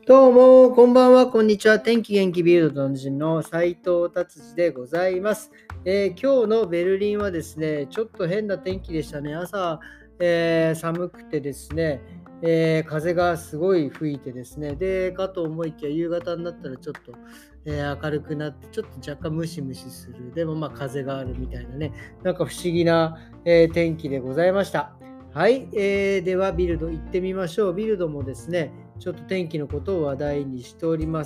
どうも、こんばんは、こんにちは。天気元気ビルドの人の斉藤達治でございます。今日のベルリンはですね、ちょっと変な天気でしたね。朝、寒くてですね、風がすごい吹いてですね、で、かと思いきや夕方になったらちょっと、明るくなって、ちょっと若干ムシムシする。でもまあ風があるみたいなね、なんか不思議な、天気でございました。はい、ではビルド行ってみましょう。ビルドもですね、ちょっと天気のことを話題にしております。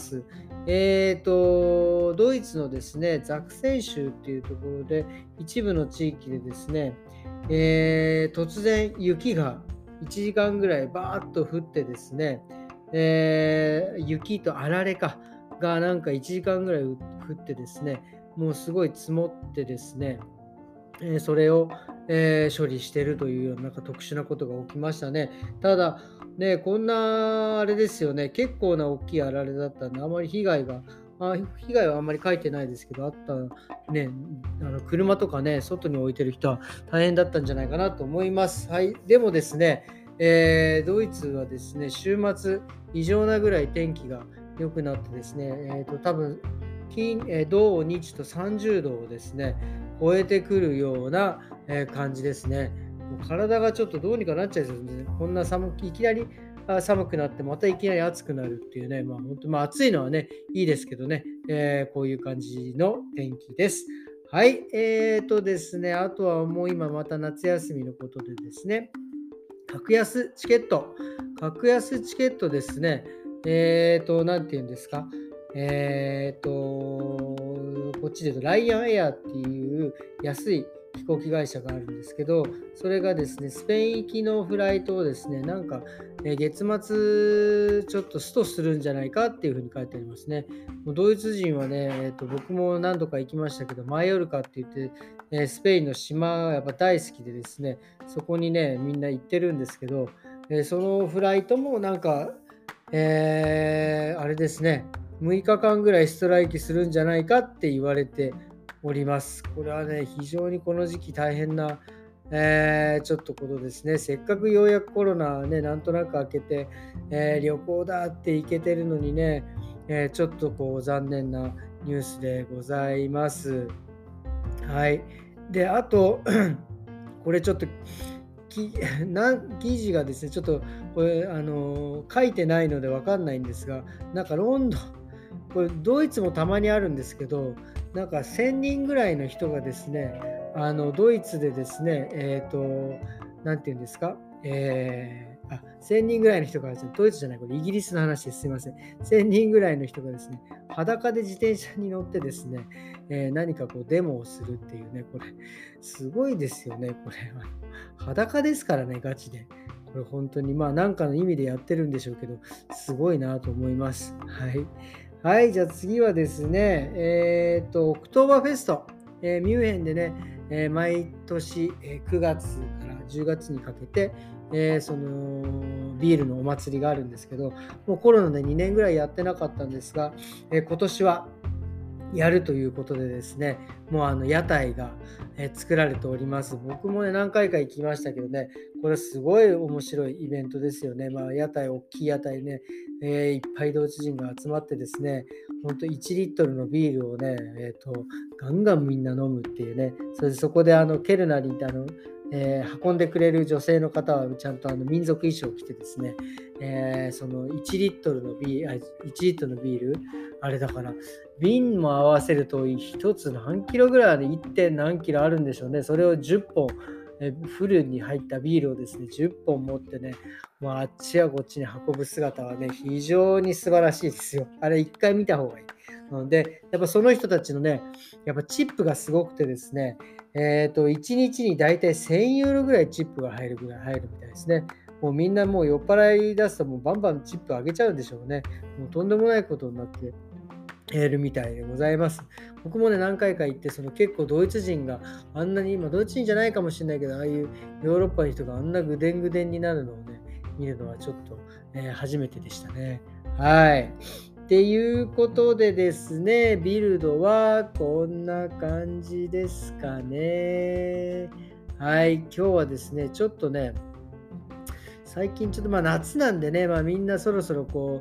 ドイツのですね、ザクセン州っていうところで、一部の地域でですね、突然雪が1時間ぐらいバーッと降ってですね、雪とあられがなんか1時間ぐらい降ってですね、もうすごい積もってですね、それを、処理してるというような、なんか特殊なことが起きましたね。ただ、ね、こんなあれですよね、結構な大きいあられだったんで、あまり被害はあんまり書いてないですけど、あったね、車とかね、外に置いてる人は大変だったんじゃないかなと思います。はい。でもですね、ドイツはですね、週末、異常なぐらい天気が良くなってですね、多分、土日と30度をですね、超えてくるような、感じですね。もう体がちょっとどうにかなっちゃうんですよね。こんないきなり寒くなってまたいきなり暑くなるっていうね、本当暑いのはね、いいですけどね、こういう感じの天気です。はい、ですね、あとはもう今また夏休みのことでですね、格安チケット。格安チケットですね。なんて言うんですか。こっちで言うと、ライアンエアっていう安い飛行機会社があるんですけど、それがですね、スペイン行きのフライトをですね、なんか、月末ちょっとストするんじゃないかっていうふうに書いてありますね。もうドイツ人はね、僕も何度か行きましたけど、マイオルカって言って、スペインの島がやっぱ大好きでですね、そこにね、みんな行ってるんですけど、そのフライトもなんか、あれですね、6日間ぐらいストライキするんじゃないかって言われております。これはね、非常にこの時期大変な、ちょっとことですね。せっかくようやくコロナね、なんとなく明けて、旅行だって行けてるのにね、ちょっとこう残念なニュースでございます。はい。で、あと、これちょっと、き記事がですね、ちょっとこれ、書いてないのでわかんないんですが、なんかロンドン、これドイツもたまにあるんですけど、なんか1000人ぐらいの人がですね、ドイツでですね、なんて言うんですか、1000人ぐらいの人がですね、ドイツじゃない、これイギリスの話です。すいません。1000人ぐらいの人がですね、裸で自転車に乗ってですね、何かこうデモをするっていうね、これ、すごいですよね、これは。裸ですからね、ガチで。これ本当に、まあ、なんかの意味でやってるんでしょうけど、すごいなと思います。はい。はい、じゃあ次はですね、オクトーバーフェスト、ミュンヘンでね、毎年、9月から10月にかけて、そのビールのお祭りがあるんですけど、もうコロナで2年ぐらいやってなかったんですが、今年はやるということでですね、もう屋台が、作られております。僕もね、何回か行きましたけどね、これすごい面白いイベントですよね。まあ、大きい屋台ね、いっぱいドイツ人が集まってですね、ほんと1リットルのビールをね、ガンガンみんな飲むっていうね、そこでケルナーにいて運んでくれる女性の方はちゃんと民族衣装を着てですね、その1リットルの1リットルのビール、あれだから、瓶も合わせると1つ何キロぐらいある、 1. 点何キロあるんでしょうね。それを10本、フルに入ったビールをですね、10本持ってね、もうあっちやこっちに運ぶ姿はね、非常に素晴らしいですよ。あれ一回見た方がいい。で、やっぱその人たちのね、やっぱチップがすごくてですね、1日にだいたい1000ユーロぐらいチップが入るみたいですね。もうみんなもう酔っ払い出すともうバンバンチップ上げちゃうんでしょうね。もうとんでもないことになってるみたいでございます。僕もね、何回か行って、結構ドイツ人があんなに、ドイツ人じゃないかもしれないけど、ああいうヨーロッパの人があんなぐでんぐでんになるのをね、見るのはちょっと、初めてでしたね。はい。っていうことでですね、ビルドはこんな感じですかね。はい。今日はですね、ちょっとね、最近ちょっと夏なんでね、みんなそろそろこう、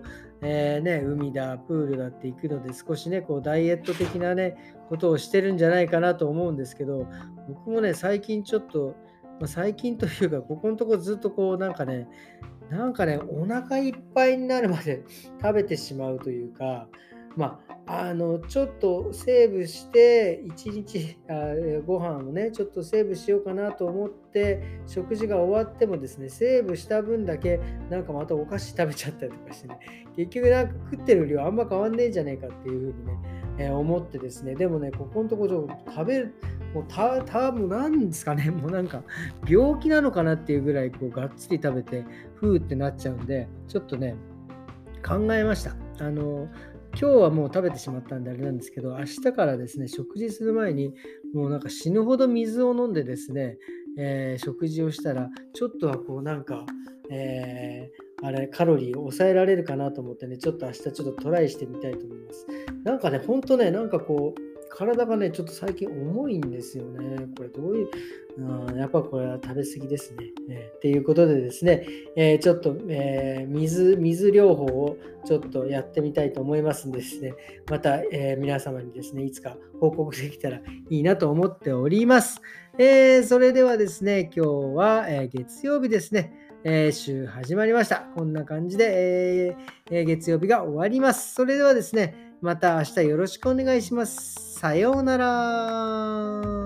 海だ、プールだって行くので、少しね、こうダイエット的なね、ことをしてるんじゃないかなと思うんですけど、僕もね、最近ちょっと、最近というか、ここのとこずっとこうお腹いっぱいになるまで食べてしまうというか、ちょっとセーブして、1日、ご飯をね、ちょっとセーブしようかなと思って、食事が終わってもですね、セーブした分だけ、またお菓子食べちゃったりとかしてね、結局食ってる量あんま変わんねえんじゃねえかっていう風にね、思ってですね、でもね、ここのところ食べる、もうもうなんですかね、もう病気なのかなっていうぐらいこうがっつり食べて、ふーってなっちゃうんで、ちょっとね、考えました。今日はもう食べてしまったんであれなんですけど、明日からですね、食事する前に、もう死ぬほど水を飲んでですね、食事をしたら、ちょっとはこうカロリーを抑えられるかなと思ってね、ちょっと明日ちょっとトライしてみたいと思います。ほんとね、体がね、ちょっと最近重いんですよね。これどういう、やっぱこれは食べ過ぎですね。っていうことでですね、ちょっと、水療法をちょっとやってみたいと思いますんでですね、また、皆様にですね、いつか報告できたらいいなと思っております。それではですね、今日は、月曜日ですね、週始まりました。こんな感じで、月曜日が終わります。それではですね、また明日よろしくお願いします。さようなら。